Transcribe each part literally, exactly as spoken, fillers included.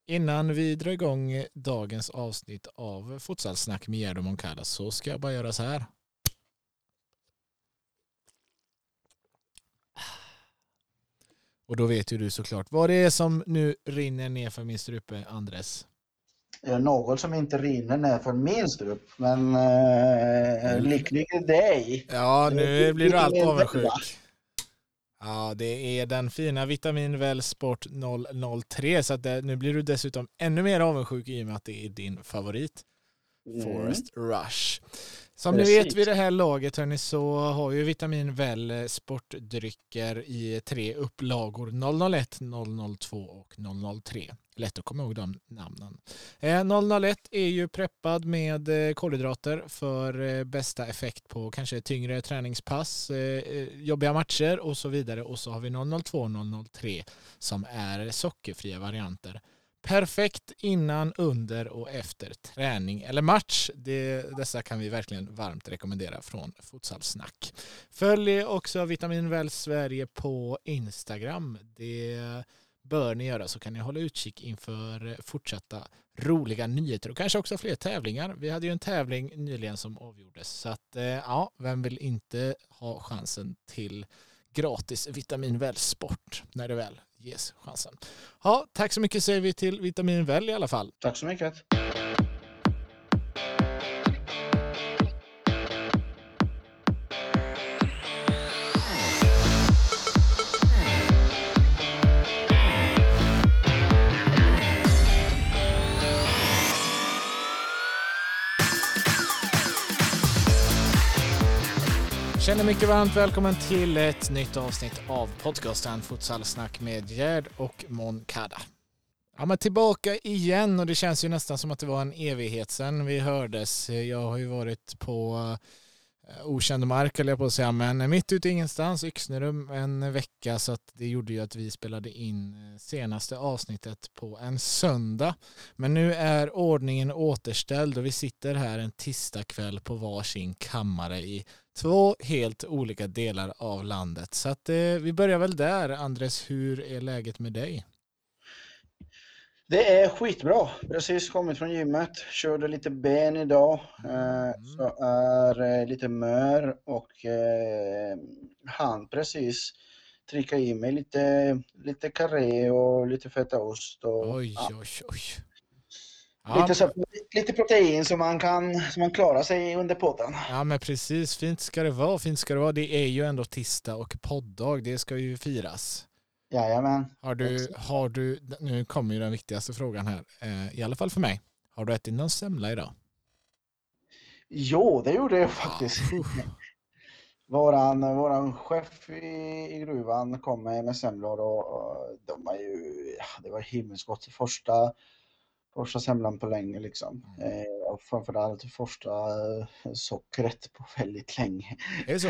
Innan vi drar igång dagens avsnitt av Futsalsnack med Gerd och Moncada så ska jag bara göra så här. Och då vet ju du såklart vad det är som nu rinner ner för min strupe, Andres. Något som inte rinner ner för min strup, men eh, lycklig dig. Ja, nu blir du allt avundsjuk. Ja, det är den fina Vitamin Well Sport noll noll tre, så att det, nu blir du dessutom ännu mer avundsjuk i och med att det är din favorit. Mm. Forest Rush. Som Precis. Ni vet vid det här laget hörni, så har ju Vitamin Well sportdrycker i tre upplagor, noll noll ett, noll noll två och noll noll tre. Lätt att komma ihåg de namnen. Eh, noll noll ett är ju preppad med eh, kolhydrater för eh, bästa effekt på kanske tyngre träningspass, eh, jobbiga matcher och så vidare. Och så har vi noll noll två och noll noll tre som är sockerfria varianter. Perfekt innan, under och efter träning eller match. Det, dessa kan vi verkligen varmt rekommendera från Futsalsnack. Följ också Vitamin Well Sverige på Instagram. Det bör ni göra, så kan ni hålla utkik inför fortsatta roliga nyheter och kanske också fler tävlingar. Vi hade ju en tävling nyligen som avgjordes, så att ja, vem vill inte ha chansen till gratis Vitamin Well Sport när det väl ges chansen. Ja, tack så mycket säger vi till Vitamin Well i alla fall. Tack så mycket. Känner mycket varmt välkommen till ett nytt avsnitt av podcasten Futsalsnack med Gerd och Moncada. Ja, men tillbaka igen, och det känns ju nästan som att det var en evighet sedan vi hördes. Jag har ju varit på okänd mark, eller jag på att säga, men mitt ute ingenstans, Yxnerum, en vecka, så att det gjorde ju att vi spelade in senaste avsnittet på en söndag. Men nu är ordningen återställd och vi sitter här en tisdag kväll på varsin kammare i två helt olika delar av landet. Så att eh, vi börjar väl där. Andres, hur är läget med dig? Det är skitbra. Precis kommit från gymmet. Körde lite ben idag. Mm. Så är lite mör och eh, han precis trycka i mig lite, lite karré och lite fetaost. Och, oj, ja. oj, oj. Ja. Lite, så, lite protein som man kan som man klarar sig under podden. Ja, men precis. Fint ska det vara. Fint ska det vara. Det är ju ändå tisdag och podddag. Det ska ju firas. Jajamän. Har du, har du, nu kommer ju den viktigaste frågan här. Eh, I alla fall för mig. Har du ätit någon semla idag? Jo, det gjorde jag faktiskt. Ja. Våran, våran chef i, i gruvan kom med, med semlor och, och de var ju, ja, det var himmelsgott. Första Första semlan på länge liksom. Eh, och framförallt första eh, sockret på väldigt länge. Är det så?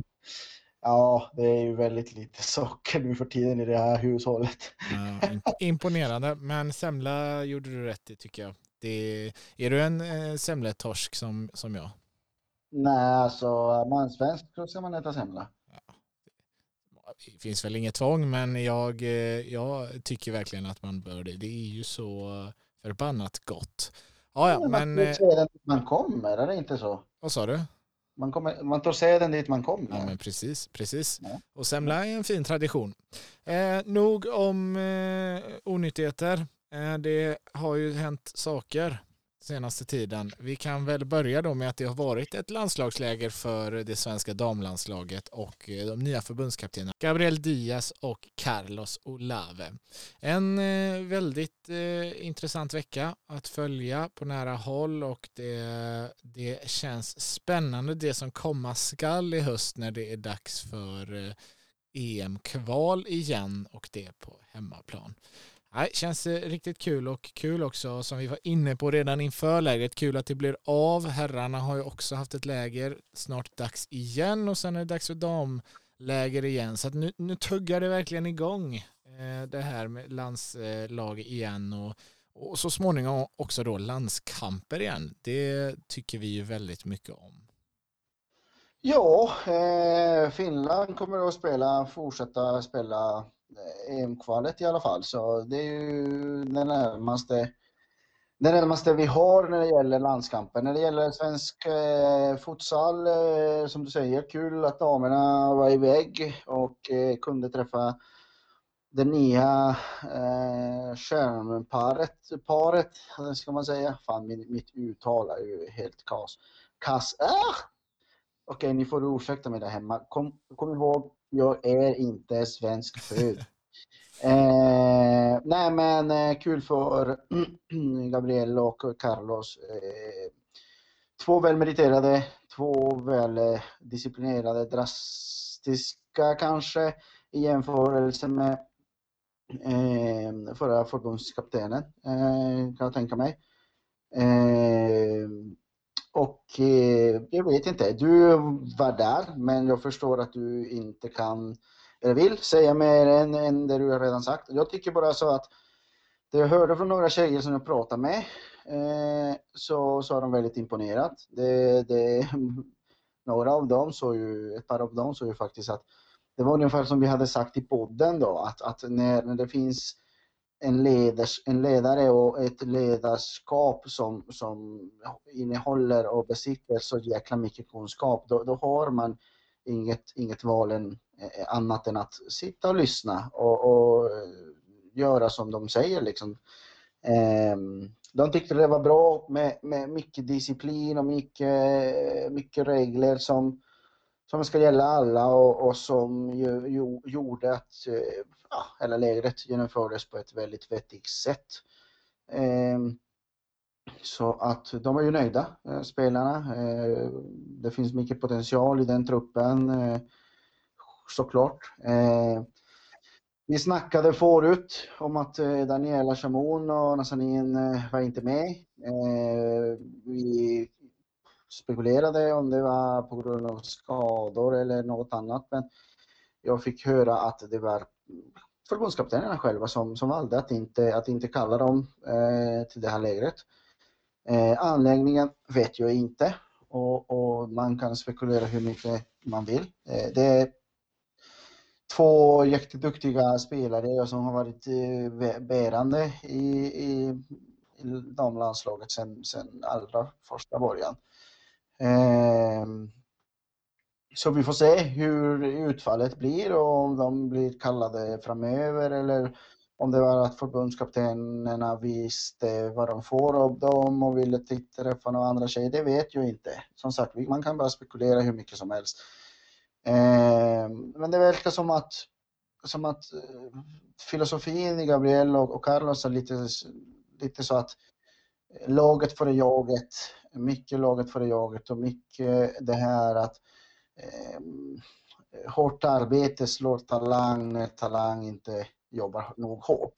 Ja, det är ju väldigt lite socker nu för tiden i det här hushållet. Ja, imponerande, men semla gjorde du rätt i, tycker jag. Det, är du en eh, semletorsk som, som jag? Nej, alltså är man svensk så ska man äta semla. Ja. Det finns väl inget tvång, men jag, jag tycker verkligen att man bör det. Det är ju så förbannat gott. Ja, ja, men... Man tar den dit man kommer, är det inte så? Vad sa du? Man, kommer, man tar se den dit man kommer. Ja, men precis, precis. Ja. Och semla är en fin tradition. Eh, nog om eh, onyttigheter. Eh, det har ju hänt saker senaste tiden. Vi kan väl börja då med att det har varit ett landslagsläger för det svenska damlandslaget och de nya förbundskaptenerna Gabriel Diaz och Carlos Olave. En eh, väldigt eh, intressant vecka att följa på nära håll, och det, det känns spännande det som komma skall i höst när det är dags för eh, E M-kval igen, och det på hemmaplan. Nej, känns riktigt kul, och kul också som vi var inne på redan inför lägret. Kul att det blir av. Herrarna har ju också haft ett läger, snart dags igen, och sen är det dags för damläger igen. Så att nu, nu tuggar det verkligen igång eh, det här med landslag igen, och, och så småningom också då landskamper igen. Det tycker vi ju väldigt mycket om. Ja, eh, Finland kommer att spela, fortsätta spela E M-kvalet i alla fall. Så det är ju det närmaste, det närmaste vi har när det gäller landskampen. När det gäller svensk eh, futsal, eh, som du säger, kul att damerna var iväg och eh, kunde träffa det nya eh, skärmparet, paret, ska man säga. Fan, mitt, mitt uttal är ju helt kaos. Kass. Ah! Okej, ni får ursäkta mig där hemma. Kom, kom ihåg, jag är inte svensk född. eh, nej, men eh, kul för Gabriel och Carlos. Eh, två välmeriterade, två väldisciplinerade, drastiska kanske i jämförelse med eh, förra förbundskaptenen, eh, kan jag tänka mig. Eh, och eh, jag vet inte, du var där, men jag förstår att du inte kan eller vill säga mer än, än det du har redan sagt. Jag tycker bara så att det jag hörde från några tjejer som jag pratade med, eh, så, så är de väldigt imponerade. Det, det, några av dem så ju, ett par av dem så ju faktiskt att det var ungefär som vi hade sagt i podden då, att, att när, när det finns en, leders, en ledare och ett ledarskap som, som innehåller och besitter så jäkla mycket kunskap, då, då har man inget, inget val än, eh, annat än att sitta och lyssna och, och göra som de säger liksom. Eh, de tyckte det var bra med, med mycket disciplin och mycket, mycket regler som som ska gälla alla och, och som ju, ju, gjorde att ja, hela lägret genomfördes på ett väldigt vettigt sätt. Eh, så att de var ju nöjda, eh, spelarna. Eh, det finns mycket potential i den truppen, eh, såklart. Eh, vi snackade förut om att eh, Daniela Chamoun och Nazanin eh, var inte med. Eh, vi spekulerade om det var på grund av skador eller något annat, men jag fick höra att det var förbundskaptenerna själva som, som valde att inte, att inte kalla dem eh, till det här lägret. Eh, anläggningen vet jag inte och, och man kan spekulera hur mycket man vill. Eh, det är två jätteduktiga spelare som har varit eh, bärande i, i, i damlandslaget sedan, sedan allra första början. Eh, så vi får se hur utfallet blir och om de blir kallade framöver eller om det var att förbundskaptenerna visste vad de får av dem och ville träffa några andra tjejer. Det vet jag inte. Som sagt, man kan bara spekulera hur mycket som helst. Eh, men det verkar som att, som att eh, filosofin i Gabriel och, och Carlos är lite, lite så att laget före jaget, mycket laget före jaget och mycket det här att eh, hårt arbete slår talang när talang inte jobbar nog hårt.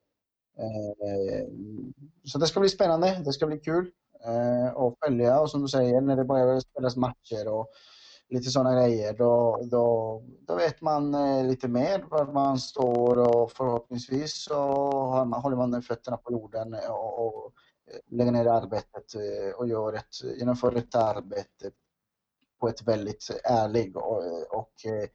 Eh, så det ska bli spännande, det ska bli kul eh, att följa och som du säger när det börjar spelas matcher och lite sådana grejer då, då, då vet man eh, lite mer var man står och förhoppningsvis så har man, håller man fötterna på jorden och, och lägger ner arbetet och gör ett, genomför ett arbete på ett väldigt ärligt och, och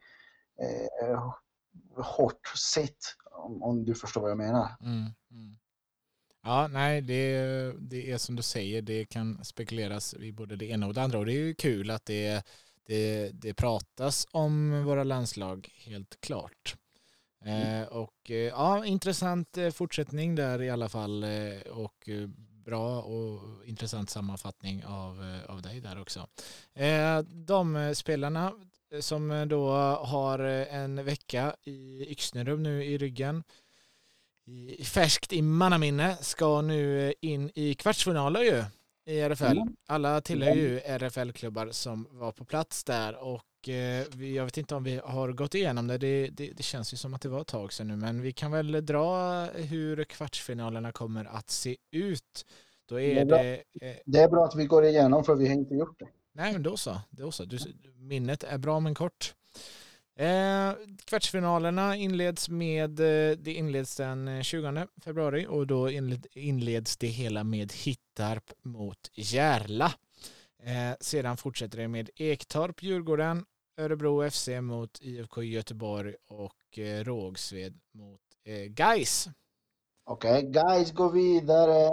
eh, hårt sätt, om, om du förstår vad jag menar. Mm, mm. Ja, nej, det, det är som du säger, det kan spekuleras i både det ena och det andra och det är ju kul att det, det, det pratas om våra landslag helt klart. Mm. Eh, och ja, intressant fortsättning där i alla fall och bra och intressant sammanfattning av, av dig där också. Eh, de spelarna som då har en vecka i Yxnerum nu i ryggen, i, färskt i mannaminne, ska nu in i kvartsfinaler ju i R F L. Alla tillhör ju R F L-klubbar som var på plats där och eh, vi, jag vet inte om vi har gått igenom det. Det, det. det känns ju som att det var ett tag sedan nu, men vi kan väl dra hur kvartsfinalerna kommer att se ut. Då är det, är det, eh, det är bra att vi går igenom för vi har inte gjort det. Nej, men då så. Då så. Du, minnet är bra men kort. Eh, kvartsfinalerna inleds med, det inleds den tjugonde februari och då inleds det hela med Hittarp mot Järla. Eh, sedan fortsätter det med Ektorp, Djurgården, Örebro F C mot I F K Göteborg och eh, Rågsved mot eh, Gais. Okej, okay. Gais går vidare.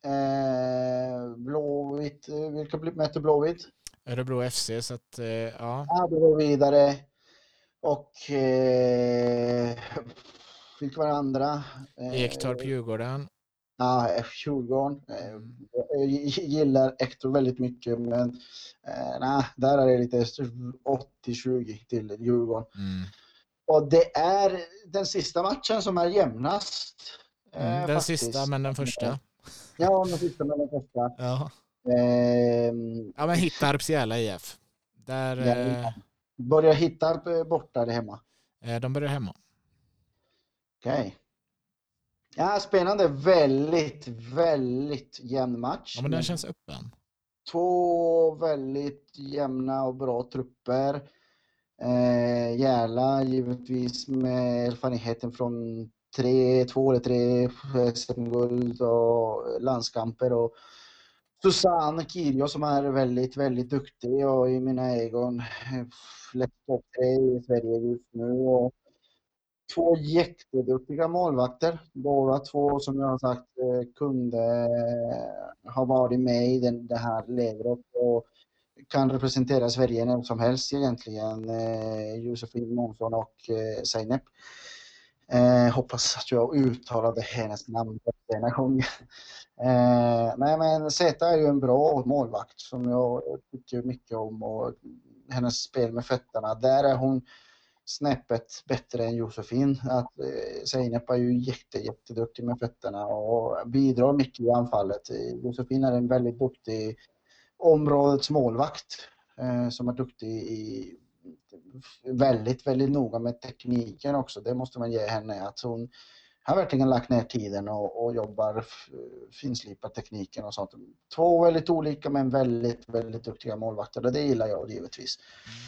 Eh, Blåvitt, vilka möter Blåvitt? Örebro F C, så att, eh, ja. Ja, det går vidare. Och eh, vilka var det andra? Eh, Ektorp Djurgården. Ja, F Djurgården. Mm. Jag gillar Ektor väldigt mycket, men eh, nej, där är det lite åttio tjugo till Djurgården. Mm. Och det är den sista matchen som är jämnast. Mm, eh, den faktiskt. sista, men den första. Ja, den sista, men den första. Ja. Eh, ja, men Hittarps Järla I F. Där, ja, eh, börjar Hittarp borta eller hemma? Eh, de börjar hemma. Okej. Okay. Ja, spännande. Väldigt, väldigt jämn match. Ja, men den känns öppen. Två väldigt jämna och bra trupper. Eh, Järla givetvis med erfarenheten från tre, två eller tre S M-guld och landskamper, och Susanne Kirio som är väldigt, väldigt duktig och i mina ögon lätt topp tre i Sverige just nu. Och två jätteduktiga målvakter. Båda två, som jag har sagt, kunde ha varit med i den, det här lägret och kan representera Sverige när som helst egentligen. Eh, Josefin Månsson och eh, Zeynep. Eh, hoppas att jag uttalade hennes namn på denna gång. Eh, nej, men Zeta är ju en bra målvakt som jag tycker mycket om, och hennes spel med fötterna, där är hon snäppet bättre än Josefin. Att eh, Zeynep är ju jätte, jätteduktig med fötterna och bidrar mycket i anfallet. Josefin är en väldigt duktig områdets målvakt eh, som är duktig i väldigt, väldigt noga med tekniken också. Det måste man ge henne, att hon har verkligen lagt ner tiden och, och jobbar finslipat tekniken och sånt. Två väldigt olika men väldigt, väldigt duktiga målvakter, och det gillar jag givetvis.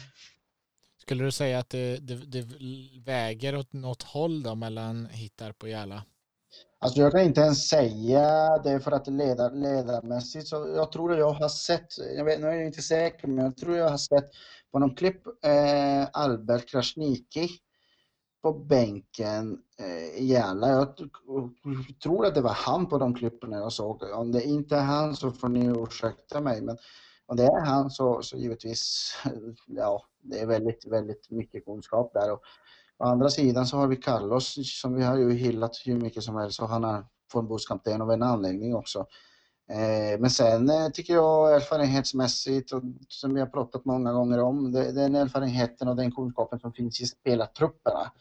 Skulle du säga att det, det, det väger åt något håll då mellan Hittarp och Järla? Alltså jag kan inte ens säga det, för att leda, ledarmässigt så jag tror jag har sett, jag vet, nu är jag inte säker, men jag tror jag har sett på någon klipp eh, Albert Krasniqi på bänken eh, i Järla. Jag tror att det var han på de klipperna jag såg. Om det inte är han så får ni ursäkta mig, men om det är han så, så givetvis, ja, det är väldigt, väldigt mycket kunskap där. Och å andra sidan så har vi Carlos som vi har ju hyllat hur mycket som helst, och han är förbundskapten av en anläggning också. Eh, men sen eh, tycker jag erfarenhetsmässigt, och som vi har pratat många gånger om, det, den erfarenheten och den kunskapen som finns i spelartrupperna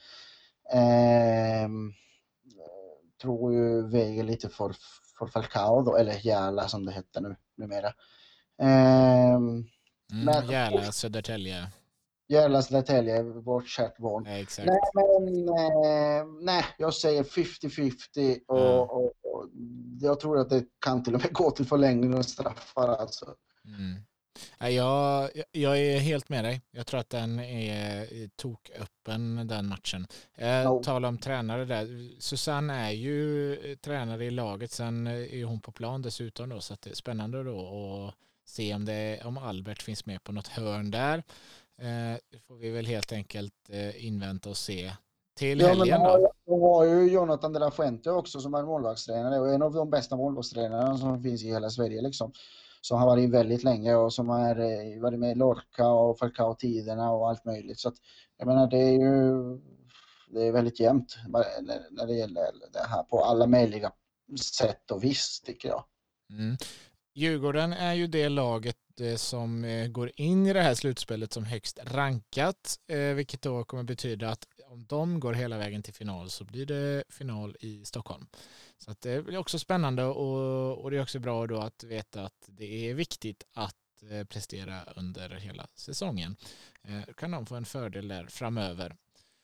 eh, tror jag väger lite för, för Falcao då, eller Järla som det heter nu numera. Eh, mm, men, Järla, Södertälje. Järla, Södertälje, vårt kärt barn. Ja, exakt. Nej, men eh, nej, jag säger femtio femtio och, ja. och, och jag tror att det kan till och med gå till förlängning och straffar alltså. Mm. Jag, jag är helt med dig. Jag tror att den är toköppen, den matchen. Jag no. talar om tränare där. Susanne är ju tränare i laget, sen är hon på plan dessutom då, så att det är spännande då att se om, det, om Albert finns med på något hörn där. Det får vi väl helt enkelt invänta och se till ja, helgen men då. De har ju Jonathan de la Fuente också som är målvaktstränare, och en av de bästa målvaktstränarna som finns i hela Sverige liksom. Som har varit väldigt länge och som har varit med i Lorca och Falcao-tiderna och allt möjligt. Så att, jag menar, det är ju det är väldigt jämnt när det gäller det här på alla möjliga sätt och vis, tycker jag. Mm. Djurgården är ju det laget som går in i det här slutspelet som högst rankat, vilket då kommer betyda att om de går hela vägen till final så blir det final i Stockholm. Så att det blir också spännande, och, och det är också bra då att veta att det är viktigt att prestera under hela säsongen. Då kan de få en fördel där framöver.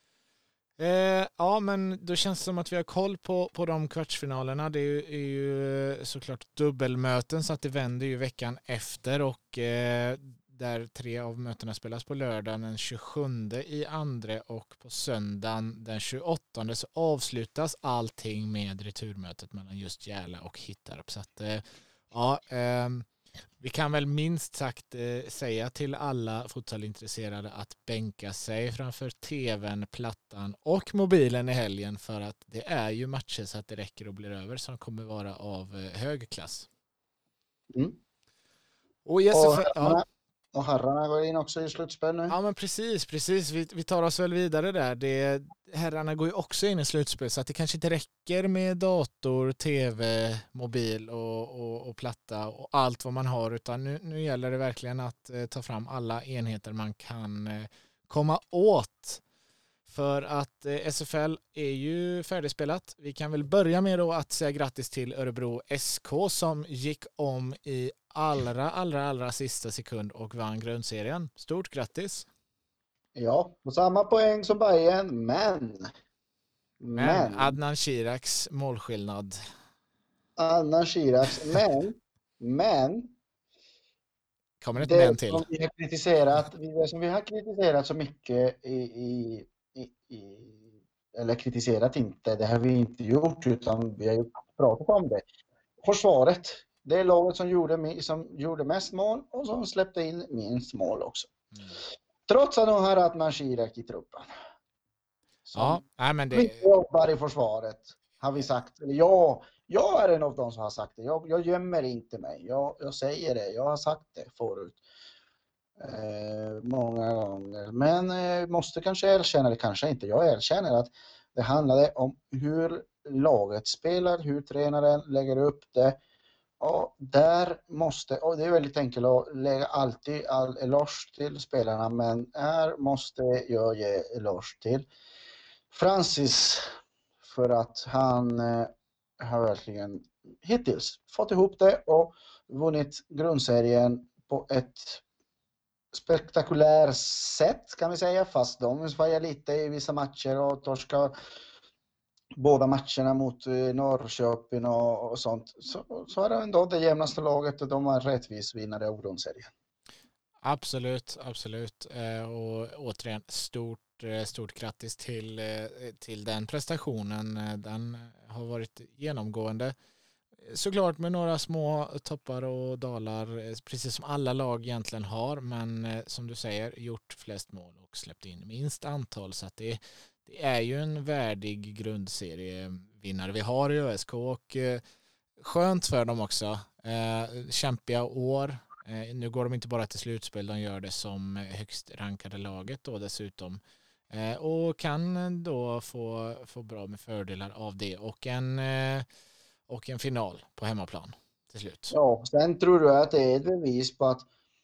Eh, ja, men då känns det som att vi har koll på, på de kvartsfinalerna. Det är ju, är ju såklart dubbelmöten, så att det vänder ju veckan efter, och eh, där tre av mötena spelas på lördagen den tjugosjunde i andra, och på söndagen den tjugoåttonde så avslutas allting med returmötet mellan just Järla och Hittarp. Så att eh, ja, eh, Vi kan väl minst sagt eh, säga till alla futsalintresserade att bänka sig framför tvn, plattan och mobilen i helgen, för att det är ju matcher så att det räcker och blir över som kommer vara av eh, hög klass. Mm. Och, yes, Och, för, herrarna, ja. och herrarna går in också i slutspel nu. Ja, men precis, precis. Vi, vi tar oss väl vidare där. Det, herrarna går ju också in i slutspel, så att det kanske inte räcker med dator, tv, mobil och, och, och platta och allt vad man har, utan nu, nu gäller det verkligen att eh, ta fram alla enheter man kan eh, komma åt. För att eh, S F L är ju färdigspelat. Vi kan väl börja med då att säga grattis till Örebro S K som gick om i allra, allra, allra sista sekund och vann grundserien. Stort grattis! Ja, på samma poäng som Bayern, men... Men, men Adnan Chiraks målskillnad. Adnan Chiraks, men... men... Kommer ett det men till. Som vi har kritiserat, det som vi har kritiserat så mycket i, i, i, i... Eller kritiserat inte, det har vi inte gjort, utan vi har ju pratat om det. Försvaret. Det är laget som gjorde, som gjorde mest mål och som släppte in minst mål också. Mm. Trots att de har Adnan Chirak i truppen. Ja, nej, men det... Vi jobbar i försvaret, har vi sagt. Eller jag, jag är en av dem som har sagt det. Jag, jag gömmer inte mig. Jag, jag säger det. Jag har sagt det förut. Eh, många gånger. Men eh, måste kanske erkänna det, kanske inte. Jag erkänner att det handlade om hur laget spelar, hur tränaren lägger upp det. Och där måste, och det är väldigt enkelt att lägga alltid all eloge till spelarna, men här måste jag ge eloge till Francis, för att han eh, har verkligen hittills fått ihop det och vunnit grundserien på ett spektakulärt sätt, kan vi säga, fast de svajar lite i vissa matcher och torskar båda matcherna mot Norrköping och, och sånt, så, så är det ändå det jämnaste laget och de är rättvis vinnare av grundserien. Absolut, absolut. Och återigen stort, stort grattis till, till den prestationen. Den har varit genomgående. Såklart med några små toppar och dalar, precis som alla lag egentligen har, men som du säger, gjort flest mål och släppt in minst antal, så att det, det är ju en värdig grundserievinnare vi har i Ö S K, och skönt för dem också. Kämpiga år. Nu går de inte bara till slutspel, de gör det som högst rankade laget då dessutom. Och kan då få, få bra med fördelar av det, och en och en final på hemmaplan till slut. Ja, sen tror du att det är ett bevis på att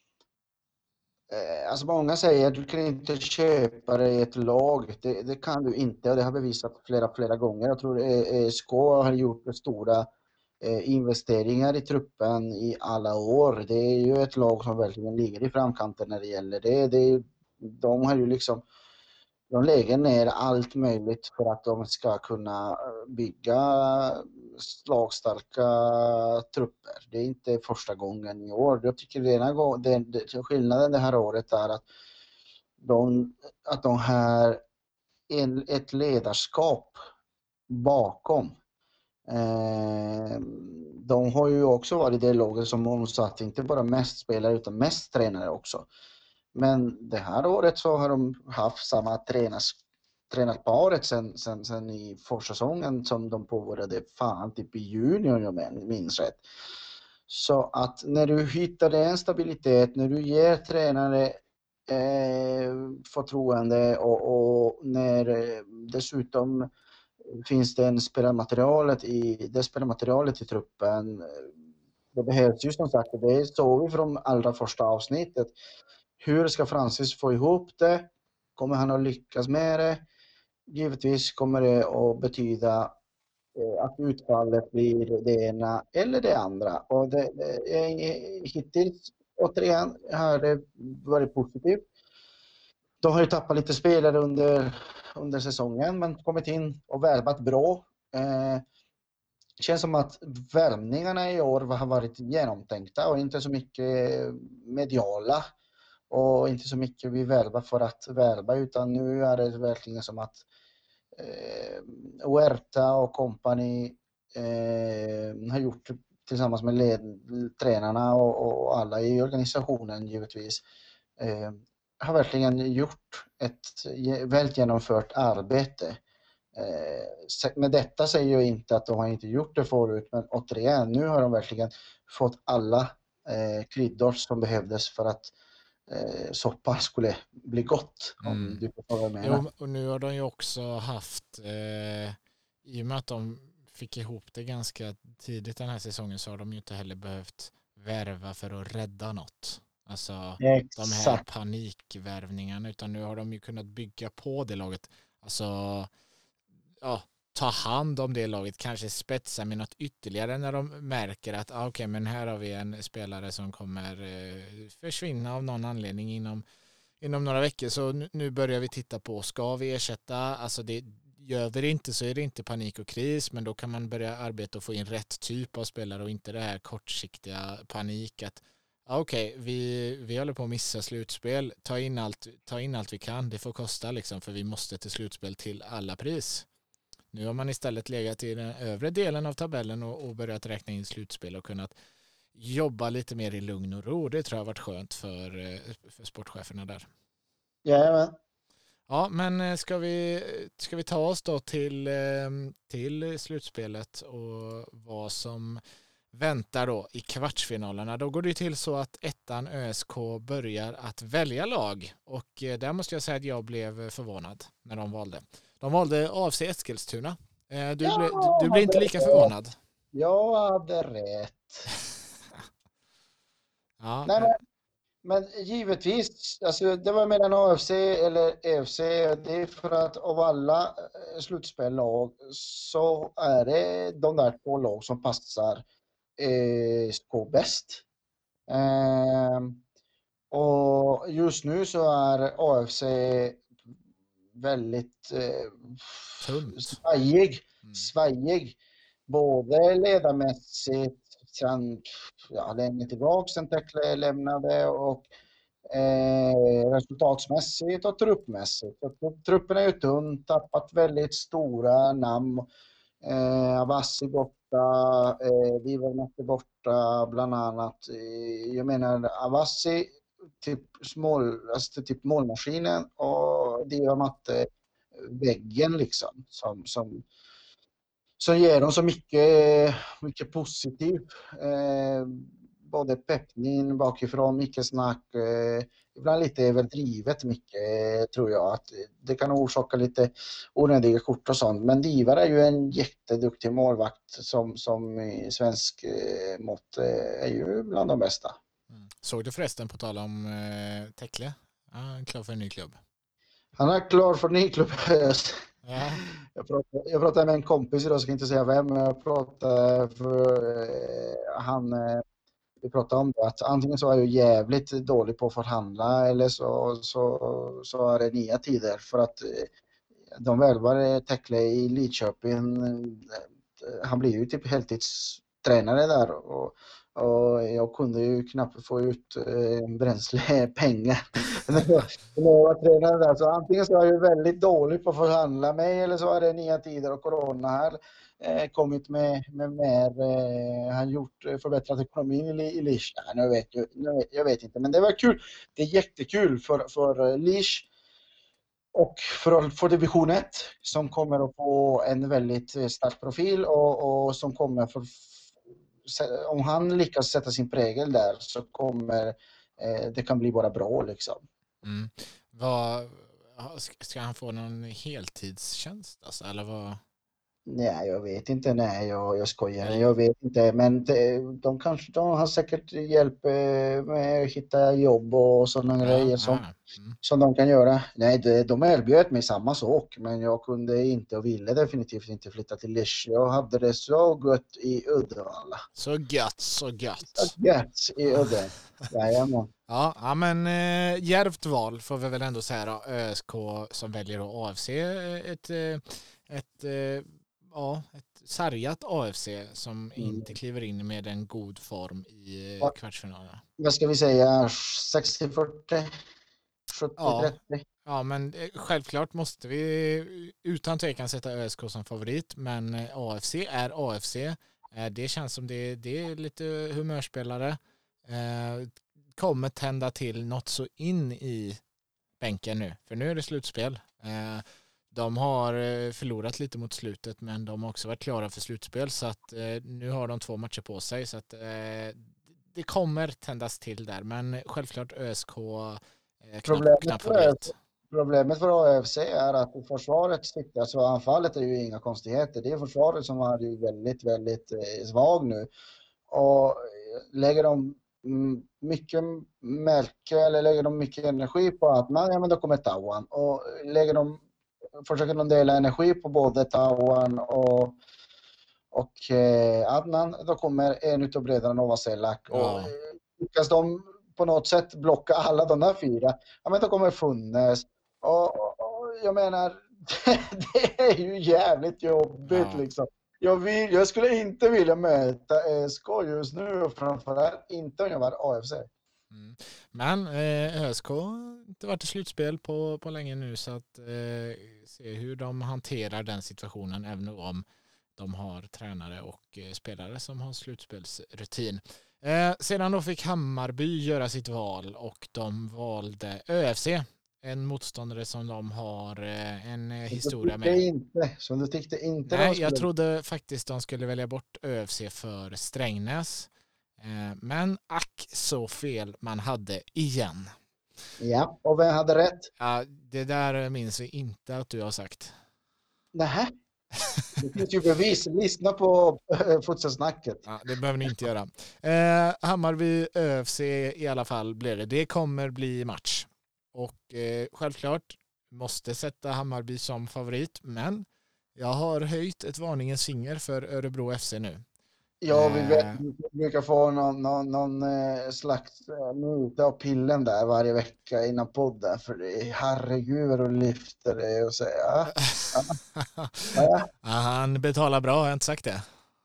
eh, alltså många säger att du kan inte köpa dig ett lag. Det, det kan du inte, och det har bevisat flera, flera gånger. Jag tror Ö S K har gjort stora eh, investeringar i truppen i alla år. Det är ju ett lag som verkligen ligger i framkanten när det gäller det. det de har ju liksom De lägger ner allt möjligt för att de ska kunna bygga slagstarka trupper. Det är inte första gången i år. Jag tycker det, det, det, skillnaden det här året är att de, att de har en, ett ledarskap bakom. Eh, de har ju också varit det laget som omsatt inte bara mest spelare utan mest tränare också. Men det här året så har de haft samma tränars, tränarparet sen, sen, sen i försäsongen som de påbörjade fan typ i juni om jag minns rätt. Så att när du hittar en stabilitet, när du ger tränare eh, förtroende och, och när eh, dessutom finns det en spelarmaterialet i, det spelarmaterialet i truppen, det behövs ju som sagt, det såg vi från allra första avsnittet. Hur ska Francis få ihop det? Kommer han att lyckas med det? Givetvis kommer det att betyda att utfallet blir det ena eller det andra. Och det, det, hittills, återigen, har det varit positivt. De har ju tappat lite spelare under, under säsongen, men kommit in och värvat bra. Eh, känns som att värvningarna i år har varit genomtänkta och inte så mycket mediala. Och inte så mycket vi värvar för att värva, utan nu är det verkligen som att eh, Huerta och company eh, har gjort tillsammans med led, tränarna och, och alla i organisationen givetvis eh, har verkligen gjort ett väl genomfört arbete. Eh, med detta säger jag inte att de har inte gjort det förut, men återigen, nu har de verkligen fått alla eh, kryddor som behövdes för att eh, soppan skulle bli gott, om Mm. du förstår vad jag menar. Jo, och nu har de ju också haft, eh, i och med att de fick ihop det ganska tidigt den här säsongen, så har de ju inte heller behövt värva för att rädda något. Alltså Exakt. de här panikvärvningarna, utan nu har de ju kunnat bygga på det laget. Alltså ja, ta hand om det laget, kanske spetsa med något ytterligare när de märker att ah, okej, okay, men här har vi en spelare som kommer eh, försvinna av någon anledning inom, inom några veckor, så nu, nu börjar vi titta på, ska vi ersätta, alltså det gör vi det inte så är det inte panik och kris, men då kan man börja arbeta och få in rätt typ av spelare och inte det här kortsiktiga panik att ah, okej, okay, vi, vi håller på att missa slutspel, ta in allt, ta in allt vi kan, det får kosta liksom, för vi måste till slutspel till alla pris. Nu har man istället legat i den övre delen av tabellen och, och börjat räkna in slutspel och kunnat jobba lite mer i lugn och ro. Det tror jag har varit skönt för, för sportcheferna där. Jajamän. Ja, men ska vi, ska vi ta oss då till, till slutspelet och vad som väntar då i kvartsfinalerna. Då går det till så att ettan ÖSK börjar att välja lag, och där måste jag säga att jag blev förvånad när de valde. De valde A F C Eskilstuna. Du, ja, ble, du, du blir inte lika förvånad. Jag hade rätt. Ja. Nej, men, men givetvis, alltså, det var mellan A F C eller E F C. Det är för att av alla slutspellag så är det de där två lag som passar eh, Sk bäst. Eh, och just nu så är A F C väldigt eh, svajig, mm. svajig. Både ledarmässigt, sen ja, länge tillbaka sen Tekle lämnade, och eh, resultatsmässigt och truppmässigt. Truppen är ju tunn, tappat väldigt stora namn. Eh, Avassi borta, eh, Vivermätte borta bland annat. Eh, jag menar Avassi typ, mål, alltså, typ målmaskinen, och Divamatte väggen liksom, som, som, som ger dem så mycket, mycket positivt. Eh, både peppning bakifrån, mycket snack, eh, ibland lite överdrivet mycket, eh, tror jag. Att det kan orsaka lite onödiga kort och sånt. Men Divar är ju en jätteduktig målvakt som, som i svensk eh, mått eh, är ju bland de bästa. Mm. Såg du förresten, på tal om eh, Tekle? Ja, klar för en ny klubb. Han är klar för en ny klubb. Ja. Jag, pratade, jag pratade med en kompis idag, så jag kan inte säga vem, men jag pratade för eh, han eh, vi pratade om det, att antingen så är jag jävligt dålig på att förhandla, eller så, så, så är det nya tider, för att eh, de värvar Tekle i Lidköping. Han blir ju typ heltidstränare där, och, och jag kunde ju knappt få ut eh, bränslepengar när jag var tränare där. Så antingen så är jag väldigt dålig på att förhandla mig, eller så är det nya tider och corona här eh, kommit med, med mer, eh, han gjort eh, förbättrat ekonomin i, i Lish. Nej, nu vet jag, nu vet, jag vet inte, men det var kul. Det är jättekul för, för Lish och för, för division ett, som kommer att få en väldigt stark profil, och, och som kommer för, om han lyckas sätta sin prägel där, så kommer eh, det kan bli bara bra liksom. Mm. Vad, ska han få någon heltidstjänst alltså, eller vad? Nej, jag vet inte. Nej, jag, jag skojar. Jag vet inte. Men det, de kanske de har säkert hjälp med att hitta jobb och sådana ja, grejer som, ja. mm. som de kan göra. Nej, det, de erbjöd mig samma sak, men jag kunde inte och ville definitivt inte flytta till Lish. Jag hade det så gött i Uddevalla. Så gött, så gött. Så gött i Uddevalla. Jajamän. Ja, ja, men eh, djärvt val får vi väl ändå säga då. ÖSK som väljer då A F C, ett, ett, ett ja, ett sargat A F C som mm. inte kliver in med en god form i ja. kvartsfinalen. Vad ska vi säga? sextio fyrtio? sjuttio trettio? Ja. ja, men självklart måste vi utan tvekan sätta ÖSK som favorit, men A F C är A F C. Eh, det känns som det, det är lite humörspelare. Eh, kommer tända till något så in i bänken nu. För nu är det slutspel. Eh, de har förlorat lite mot slutet, men de har också varit klara för slutspel. Så att eh, nu har de två matcher på sig. Så att eh, det kommer tändas till där. Men självklart ÖSK eh, knapp, knapp favorit. Problemet för A F C är att försvaret sticker, alltså anfallet är ju inga konstigheter. Det är försvaret som är ju väldigt, väldigt eh, svag nu. Och lägger de mycket märke eller lägger de mycket energi på att man, ja, men då kommer Tauan. Och lägger de, försöker de dela energi på både Tauan och, och eh, Adnan, då kommer en utav bredarna Nova Selak. Och Ja. lyckas de på något sätt blocka alla de där fyra, ja, men då kommer Funnes. Och, och, och jag menar, det är ju jävligt jobbigt Ja. liksom. Jag, vill, jag skulle inte vilja möta E S K just nu och framförallt inte om jag var A F C. Mm. Men eh, ÖSK har inte varit i slutspel på, på länge nu, så att eh, se hur de hanterar den situationen, även om de har tränare och eh, spelare som har slutspelsrutin. Eh, sedan då fick Hammarby göra sitt val och de valde ÖFC. En motståndare som de har eh, en eh, historia med. Inte, som du tyckte inte. Nej, skulle... jag trodde faktiskt de skulle välja bort ÖFC för Strängnäs. Eh, men ack så fel man hade igen. Ja, och vem hade rätt? Ja, det där minns vi inte att du har sagt. Nej. Det finns ju bevis. Lyssna på äh, futsasnacket. Ja, det behöver ni inte göra. Eh, Hammarby ÖFC i alla fall blir det. Det kommer bli match. Och eh, självklart måste sätta Hammarby som favorit, men jag har höjt ett varningens finger för Örebro F C nu. Ja, vi, vet, vi brukar få någon, någon, någon eh, slags eh, muta av pillen där varje vecka innan podden, för det är herregud och lyfter det och säger ja. Ja. Ja. Ja, han betalar bra, har jag inte sagt det?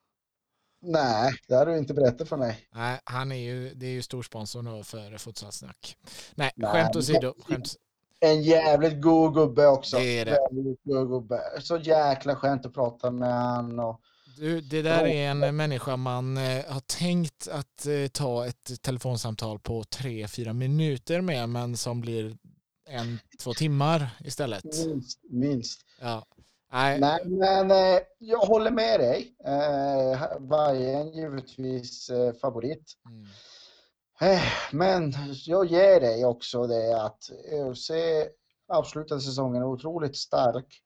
Nej, det har du inte berättat för mig. Nej, han är ju, det är ju storsponsor för Futsalsnack. Nej, Nej, skämt åsido. Skämt. En jävligt god gubbe också. Det är det. God gubbe. Så jäkla skönt att prata med han. Och... Du, det där är en människa man eh, har tänkt att eh, ta ett telefonsamtal på tre, fyra minuter med, men som blir en, två timmar istället. Minst. minst. Ja. Nej. Nej, men eh, jag håller med dig. Eh, Bayern givetvis eh, favorit. Mm. Eh, men jag ger dig också det att Ö F C avslutade säsongen otroligt stark.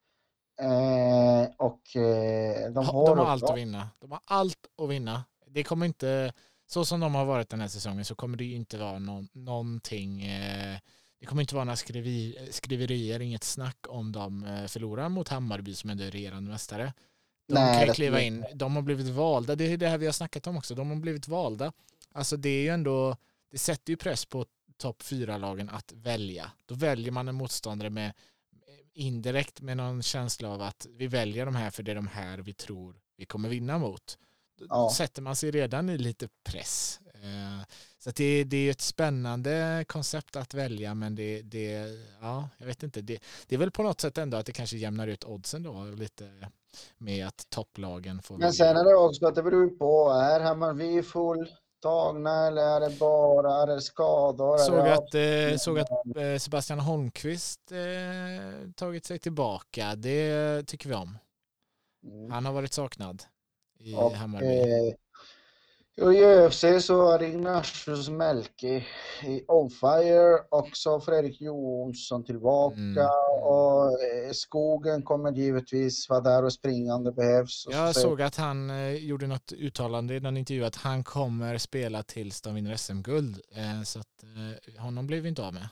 Eh, och eh, de har, de har allt att vinna. De har allt att vinna. Det kommer inte, så som de har varit den här säsongen, så kommer det inte vara någon, någonting... Eh, Det kommer inte vara några skrivi, skriverier, inget snack om de förlorar mot Hammarby som är den regerande mästare. De Nej, kan kliva in. De har blivit valda. Det är det här vi har snackat om också. De har blivit valda. Alltså det är ju ändå, det sätter ju press på topp fyra-lagen att välja. Då väljer man en motståndare med indirekt med någon känsla av att vi väljer de här för det är de här vi tror vi kommer vinna mot. Då ja. sätter man sig redan i lite press. Så att det, det är ett spännande koncept att välja, men det, det ja, jag vet inte. Det, det är väl på något sätt ändå att det kanske jämnar ut oddsen då lite med att topplagen får. Men sen är det också att det beror på, är Hammarby full tagna eller är det bara är det skador? Såg att, eh, såg att eh, Sebastian Holmqvist eh, tagit sig tillbaka. Det tycker vi om. Mm. Han har varit saknad i och, Hammarby. Eh, och i Ö F C så är det Ignatius Melke i On Fire, också Fredrik Jonsson tillbaka mm. och eh, Skogen kommer givetvis vara där och springa om det behövs. Jag så såg att han eh, gjorde något uttalande i den intervju att han kommer spela tills de vinner S M-guld, eh, så att eh, honom blev vi inte av med.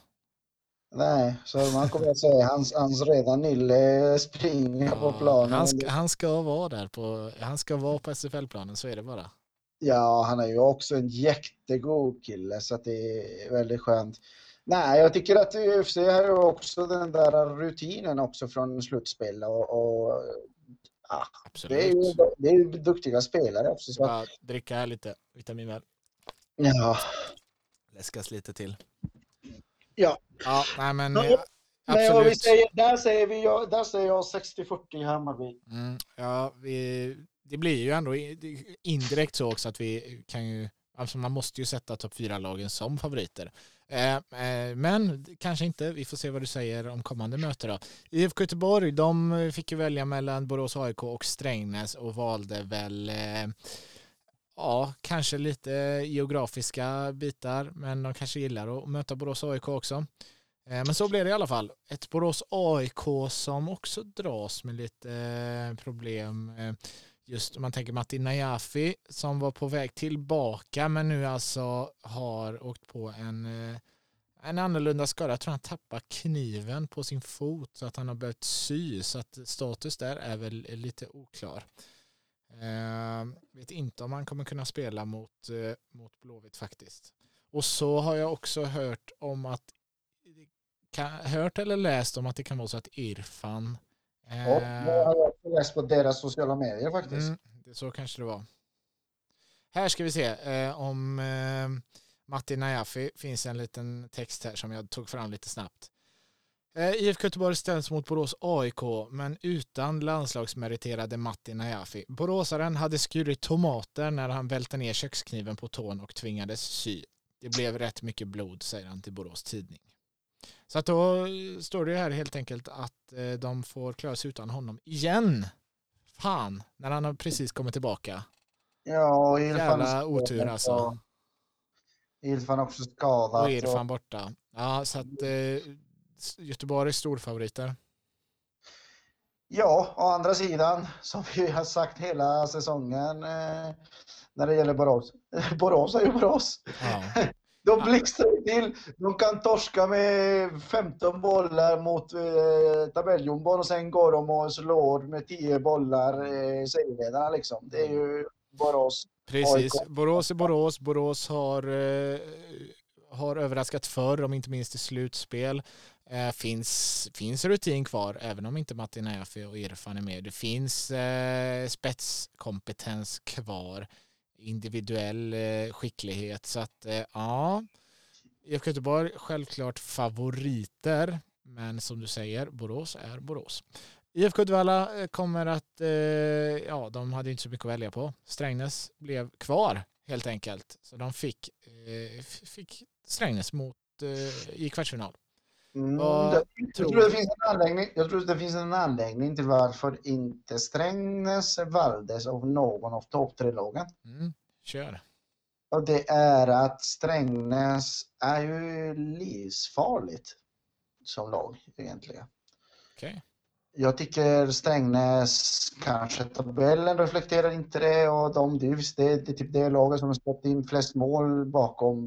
Nej, så man kommer att säga hans, hans redan nylle springer ja, på planen. Han ska, han ska vara där på, han ska vara på S F L-planen, så är det bara. Ja, han är ju också en jättegod kille, så att det är väldigt skönt. Nej, jag tycker att U F C har ju också den där rutinen också från slutspel och, och ja, det är ju det är ju duktiga spelare också. Så att... dricka här lite vitaminväl. Ja. Läskas lite till. Ja. Ja, nej men ja. Nej, vad vi säger, där säger vi där säger jag sextio fyrtio Hammarby. Mm, ja, vi det blir ju ändå indirekt så också att vi kan ju, alltså man måste ju sätta topp fyra lagen som favoriter. Eh, eh, men kanske inte, vi får se vad du säger om kommande möte då. I F K Göteborg, de fick ju välja mellan Borås A I K och Strängnäs och valde väl eh, ja, kanske lite geografiska bitar, men de kanske gillar att möta Borås A I K också. Eh, men så blev det i alla fall. Ett Borås A I K som också dras med lite eh, problem. Eh, just om man tänker Matti Najafi som var på väg tillbaka men nu alltså har åkt på en, en annorlunda skada. Jag tror han tappar kniven på sin fot så att han har börjat sy, så att status där är väl lite oklar. Eh, vet inte om han kommer kunna spela mot, eh, mot Blåvitt faktiskt. Och så har jag också hört om att kan, hört eller läst om att det kan vara så att Irfan Ja, det har jag läst på deras sociala medier faktiskt. Mm, det, så kanske det var. Här ska vi se eh, om eh, Matti Najafi. Finns en liten text här som jag tog fram lite snabbt. Eh, I F K Göteborg ställs mot Borås A I K men utan landslagsmeriterade Matti Najafi. Boråsaren hade skurit tomater när han välte ner kökskniven på tån och tvingades sy. Det blev rätt mycket blod, säger han till Borås Tidning. Så att då står det här helt enkelt att eh, de får klara sig utan honom igen. Fan, när han har precis kommit tillbaka. Ja, och jävla otur alltså. Irfan också skadat. Och Irfan borta. Ja, så att eh, Göteborg är storfavoriter. Ja, å andra sidan, som vi har sagt hela säsongen eh, när det gäller Borås. Borås är ju Borås. Ja. De blixtrar till. De kan torska med femton bollar mot eh, tabelljumbon och sen går de och slår med tio bollar eh, serieledarna liksom. Det är ju Borås. Precis. Borås är Borås. Borås har, eh, har överraskat förr, om inte minst i slutspel. Eh, finns, finns rutin kvar, även om inte Matti Najafi och Irfan är med. Det finns eh, spetskompetens kvar. Individuell eh, skicklighet. Så att eh, ja, I F K Göteborg självklart favoriter, men som du säger, Borås är Borås. I F K Uddevalla kommer att eh, ja, de hade inte så mycket att välja på. Strängnäs blev kvar helt enkelt. Så de fick, eh, fick Strängnäs mot eh, i kvartsfinal. Mm, jag, jag, tror det finns en anledning, jag tror det finns en anledning till varför inte Strängnäs valdes av någon av topp tre lagen. Mm, kör. Och det är att Strängnäs är ju livsfarligt som lag egentligen. Okay. Jag tycker Strängnäs, kanske tabellen reflekterar inte det, och de drivs, det, det är typ det laget som har stått in flest mål bakom,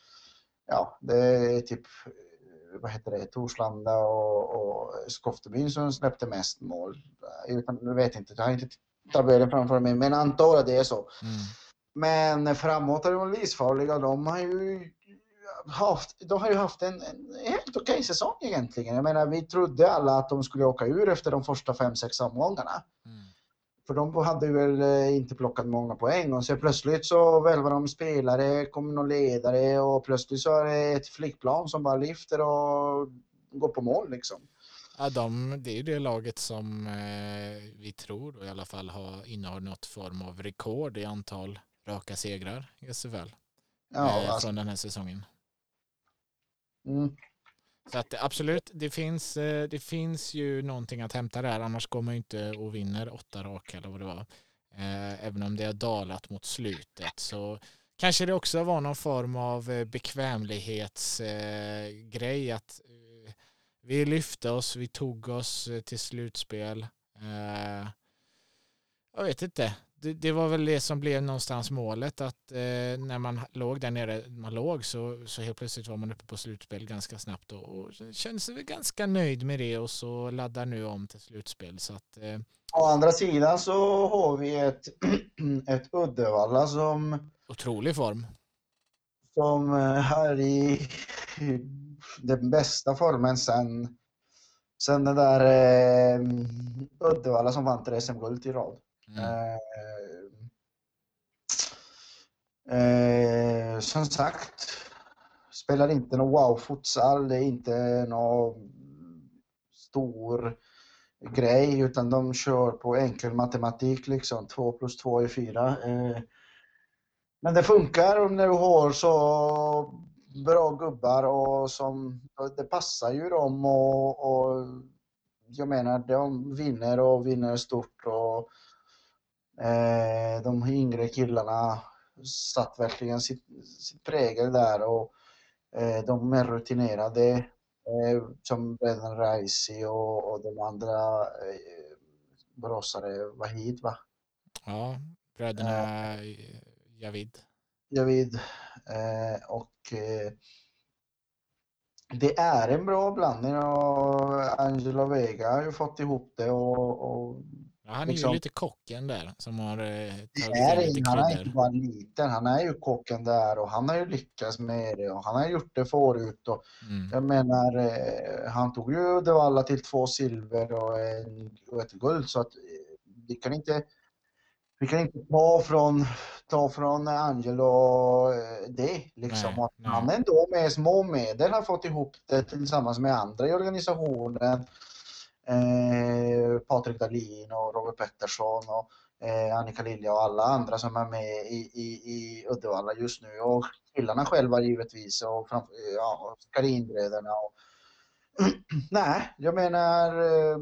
ja, det är typ, vad heter det, Torslanda och, och Skoftebyn som släppte mest mål. Jag vet inte, jag har inte tabellen framför mig, men antar att det är så. Mm. Men framåt är de livsfarliga. De har ju haft, de har ju haft en, en helt okej säsong egentligen. Jag menar, vi trodde alla att de skulle åka ur efter de första fem, sex omgångarna. Mm. För de hade ju väl inte plockat många poäng. Och så plötsligt så välvar de spelare, kommer någon ledare, och plötsligt så är det ett flickplan som bara lyfter och går på mål liksom. Ja, de, det är ju det laget som eh, vi tror då i alla fall har innehar något form av rekord i antal raka segrar i S F L ja, eh, alltså. från den här säsongen. Mm. Så att absolut, det finns, eh, det finns ju någonting att hämta där, annars går man ju inte och vinner åtta raka eller vad det var. Eh, även om det har dalat mot slutet, så kanske det också var någon form av bekvämlighetsgrej eh, att eh, vi lyfte oss, vi tog oss till slutspel. Eh, jag vet inte. Det, det var väl det som blev någonstans målet, att eh, när man låg där nere, man låg så, så helt plötsligt var man uppe på slutspel ganska snabbt och, och känns ganska nöjd med det, och så laddar nu om till slutspel. Så att, eh. Å andra sidan så har vi ett, ett Uddevalla som otrolig form. Som är i den bästa formen sen, sen den där eh, Uddevalla som vann till S M-guld i rad. Mm. Eh, eh, som sagt, spelar inte någon wow-futsal, det är inte någon stor grej, utan de kör på enkel matematik liksom. Två plus två är fyra. Eh, men det funkar när du har så bra gubbar och som det passar ju dem och, och jag menar de vinner och vinner stort och eh, de yngre killarna satt verkligen sitt, sitt prägel där och eh, de mer rutinerade eh, som Brennan Reisi och, och de andra eh, brossare Wahid va? Ja, bröderna eh, Javid. Javid eh, och eh, det är en bra blandning och Angelo Vega har ju fått ihop det och, och Ja, han är liksom, ju lite kocken där som har eh, det tagit är in lite en, han är inte kryddor. bara liten, han är ju kocken där och han har ju lyckats med det och han har gjort det förut och Mm. jag menar eh, han tog ju Uddevalla till två silver och, en, och ett guld så att eh, vi kan inte vi kan inte ta från, ta från Angelo eh, det liksom. Nej, Och nej. han ändå med små medel har fått ihop det tillsammans med andra i organisationen. Eh, Patrik Dahlin och Robert Pettersson och eh, Annika Lilja och alla andra som är med i, i, i Uddevalla just nu. Och killarna själva givetvis och framför, ja, Karinbröderna. Och nej, jag menar eh,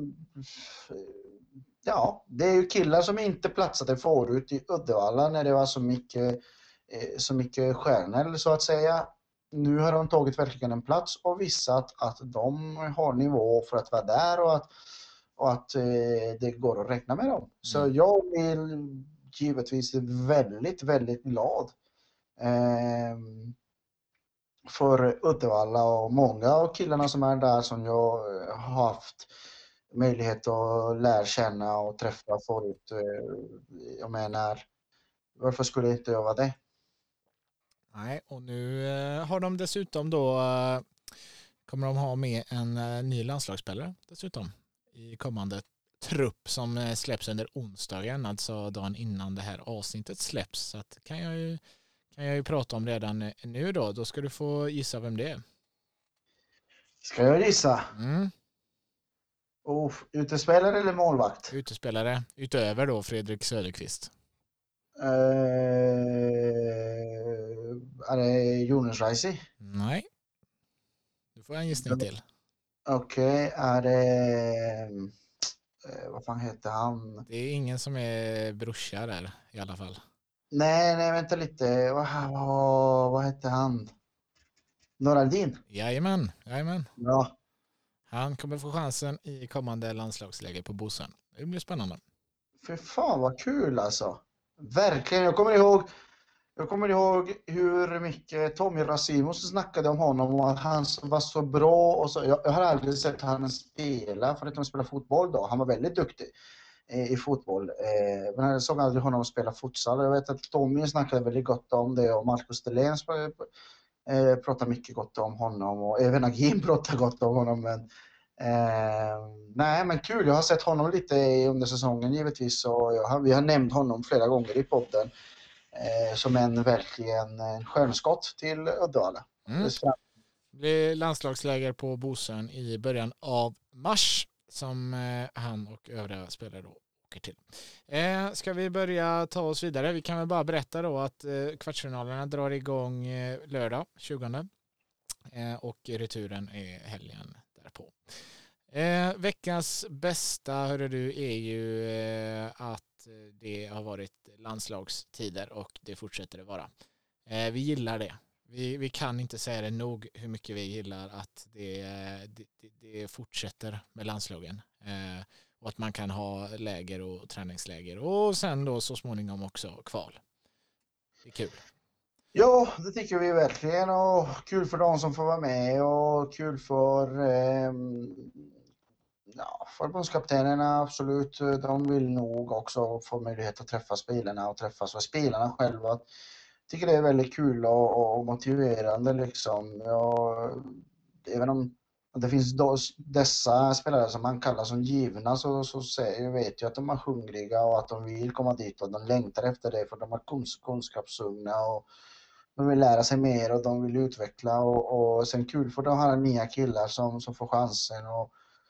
ja, det är ju killar som inte platsade förut i Uddevalla när det var så mycket, eh, så mycket stjärnor så att säga. Nu har de tagit verkligen en plats och visat att de har nivå för att vara där och att, och att eh, det går att räkna med dem. Så Mm. jag vill givetvis väldigt, väldigt glad eh, för Uddevalla och många av killarna som är där som jag har haft möjlighet att lära känna och träffa förut. Jag menar, varför skulle inte jag vara det? Nej, och nu eh, har de dessutom då eh, kommer de ha med en eh, ny landslagsspelare dessutom i kommande trupp som eh, släpps under onsdagen, alltså dagen innan det här avsnittet släpps. Så att kan jag ju kan jag ju prata om redan eh, nu då. Då ska du få gissa vem det är. Ska jag gissa? Mm. Oh, utespelare eller målvakt? Utespelare utöver då Fredrik Söderqvist. Uh, är det Jonas Reisi? Nej. Du får en gissning till. Okej, okay, är det... Uh, vad fan heter han? Det är ingen som är brorsa där i alla fall. Nej, nej, vänta lite. Vad, vad, vad heter han? Noraldin? Jajamän, jajamän. Ja. Han kommer få chansen i kommande landslagsläge på Bosön. Det blir spännande. För fan vad kul alltså. Verkligen, jag kommer ihåg jag kommer ihåg hur mycket Tommy Rasimos snackade om honom och att han var så bra och så. Jag, jag har aldrig sett han spela för att han spelar fotboll då. Han var väldigt duktig eh, i fotboll. Eh, men jag såg aldrig honom spela futsal. Jag vet att Tommy snackade väldigt gott om det och Marcus Delén eh, pratade mycket gott om honom och även Agim pratade gott om honom. Men Eh, nej men kul, jag har sett honom lite under säsongen givetvis och jag har, vi har nämnt honom flera gånger i podden eh, som en verkligen en stjärnskott till Uddevalla. Mm. Det blir landslagsläger på Bosön i början av mars som eh, han och övriga spelare då åker till. Eh, ska vi börja ta oss vidare? Vi kan väl bara berätta då att eh, kvartsfinalerna drar igång eh, lördag tjugonde eh, och returen är helgen därpå. Eh, veckans bästa, hörru du, är ju eh, att det har varit landslagstider och det fortsätter att vara. Eh, vi gillar det. Vi, vi kan inte säga det nog hur mycket vi gillar att det, det, det fortsätter med landslagen. Eh, och att man kan ha läger och träningsläger och sen då så småningom också kval. Det är kul. Ja, det tycker vi verkligen och kul för de som får vara med och kul för eh, ja, förbundskaptenerna absolut. De vill nog också få möjlighet att träffa spelarna och träffas och spelarna själva. Jag tycker det är väldigt kul och, och motiverande liksom. Ja, även om det finns då, dessa spelare som man kallar som givna så, så säger, vet jag att de är hungriga och att de vill komma dit och de längtar efter det för de är kunsk, kunskapssugna och de vill lära sig mer och de vill utveckla och, och sen kul för de här nya killar som, som får chansen och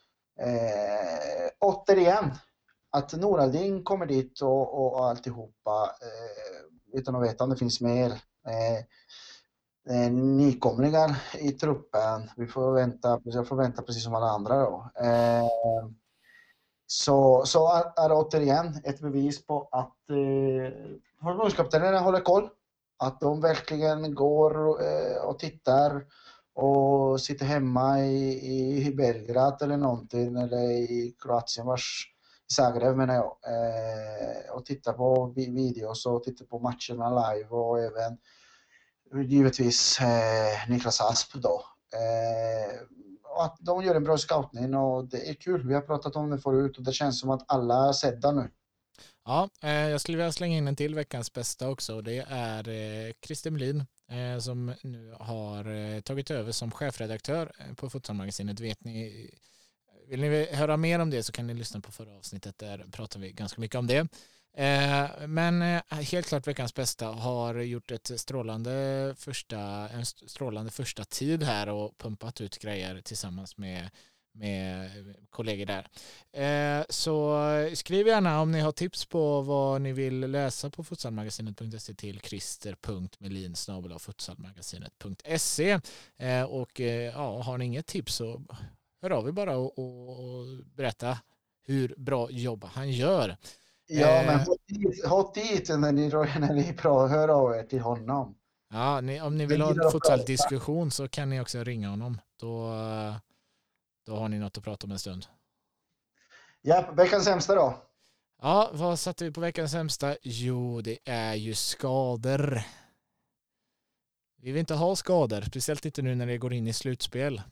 Eh, återigen, att Noralding kommer dit och, och alltihopa eh, utan att veta om det finns mer eh, eh, nykomlingar i truppen. Vi får vänta, jag får vänta precis som alla andra då. Eh, så, så är det återigen ett bevis på att eh, förbundskaptenerna håller koll. Att de verkligen går eh, och tittar och sitter hemma i, i Belgrad eller någonting, eller i Kroatien, vars Zagreb menar jag, eh, och tittar på videos och tittar på matcherna live, och även givetvis eh, Niklas Asp då. Eh, och att de gör en bra scoutning, och det är kul. Vi har pratat om det förut och det känns som att alla är sedda nu. Ja, eh, jag skulle vilja slänga in en till veckans bästa också. Det är eh, Christer Melin eh, som nu har eh, tagit över som chefredaktör på Futsalmagasinet. Vet ni, vill ni höra mer om det så kan ni lyssna på förra avsnittet. Där pratar vi ganska mycket om det. Eh, men eh, helt klart veckans bästa har gjort ett strålande första, en strålande första tid här och pumpat ut grejer tillsammans med med kollegor där. Eh, så skriv gärna om ni har tips på vad ni vill läsa på futsalmagasinet punkt se till christer punkt melin snabel-a futsalmagasinet punkt se eh, och eh, ja, har ni inget tips så hör av er bara och, och, och berätta hur bra jobb han gör. Ja, eh, men ha dit när ni, när ni bra, hör av er till honom. Ja, ni, om ni vill ha en futsaldiskussion så kan ni också ringa honom. Då Då har ni något att prata om en stund. Ja, veckans sämsta då? Ja, vad satte vi på veckans sämsta? Jo, det är ju skador. Vi vill inte ha skador, speciellt inte nu när det går in i slutspel.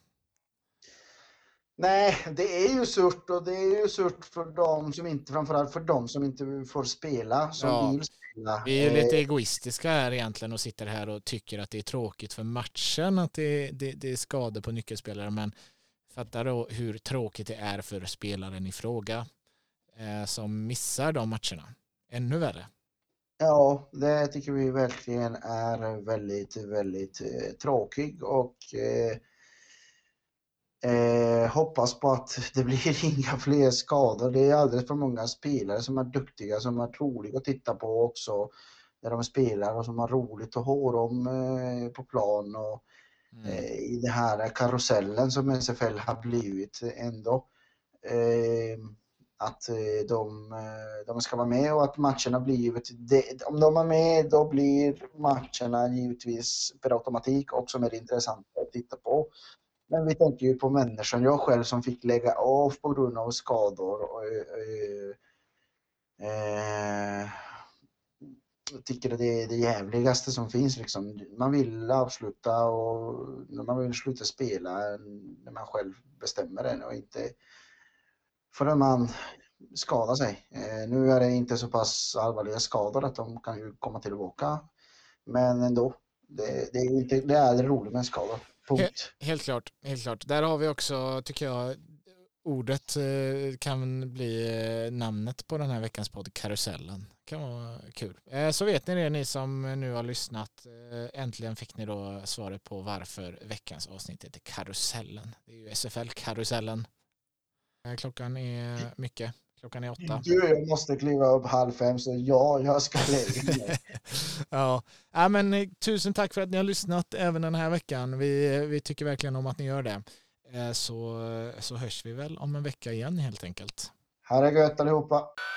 Nej, det är ju surt, och det är ju surt för dem som inte, framförallt för dem som inte får spela, som ja, vill spela. Vi är ju lite egoistiska här egentligen och sitter här och tycker att det är tråkigt för matchen att det, det, det är skador på nyckelspelare, men fattar då hur tråkigt det är för spelaren i fråga eh, som missar de matcherna. Ännu värre. Ja, det tycker vi verkligen är väldigt, väldigt eh, tråkigt, och eh, eh, hoppas på att det blir inga fler skador. Det är alldeles för många spelare som är duktiga, som är roliga att titta på också när de spelar, och som har roligt att ha dem eh, på plan och Mm. i det här karusellen som S F L har blivit ändå. Eh, att de, de ska vara med, och att matcherna blivit, det, om de är med då blir matcherna givetvis per automatik också mer intressanta att titta på. Men vi tänker ju på människan, jag själv som fick lägga av på grund av skador, och eh, eh, jag tycker att det är det jävligaste som finns liksom. Man vill avsluta, och man vill sluta spela när man själv bestämmer det, och inte förrän man skadar sig. Eh, nu är det inte så pass allvarliga skador att de kan ju komma tillbaka, men ändå, det, det är inte, det är roligt med skador. Punkt. Helt, helt klart, helt klart. Där har vi också, tycker jag, ordet kan bli namnet på den här veckans podd, karusellen. Kan vara kul. Så vet ni det, ni som nu har lyssnat. Äntligen fick ni då svaret på varför veckans avsnitt heter karusellen. Det är ju S F L-karusellen. Klockan är mycket. Klockan är åtta. Du, jag måste kliva upp halv fem, så ja, jag ska lägga ja. ja, men tusen tack för att ni har lyssnat även den här veckan. Vi, vi tycker verkligen om att ni gör det. Så, så hörs vi väl om en vecka igen helt enkelt. Ha det gött allihopa.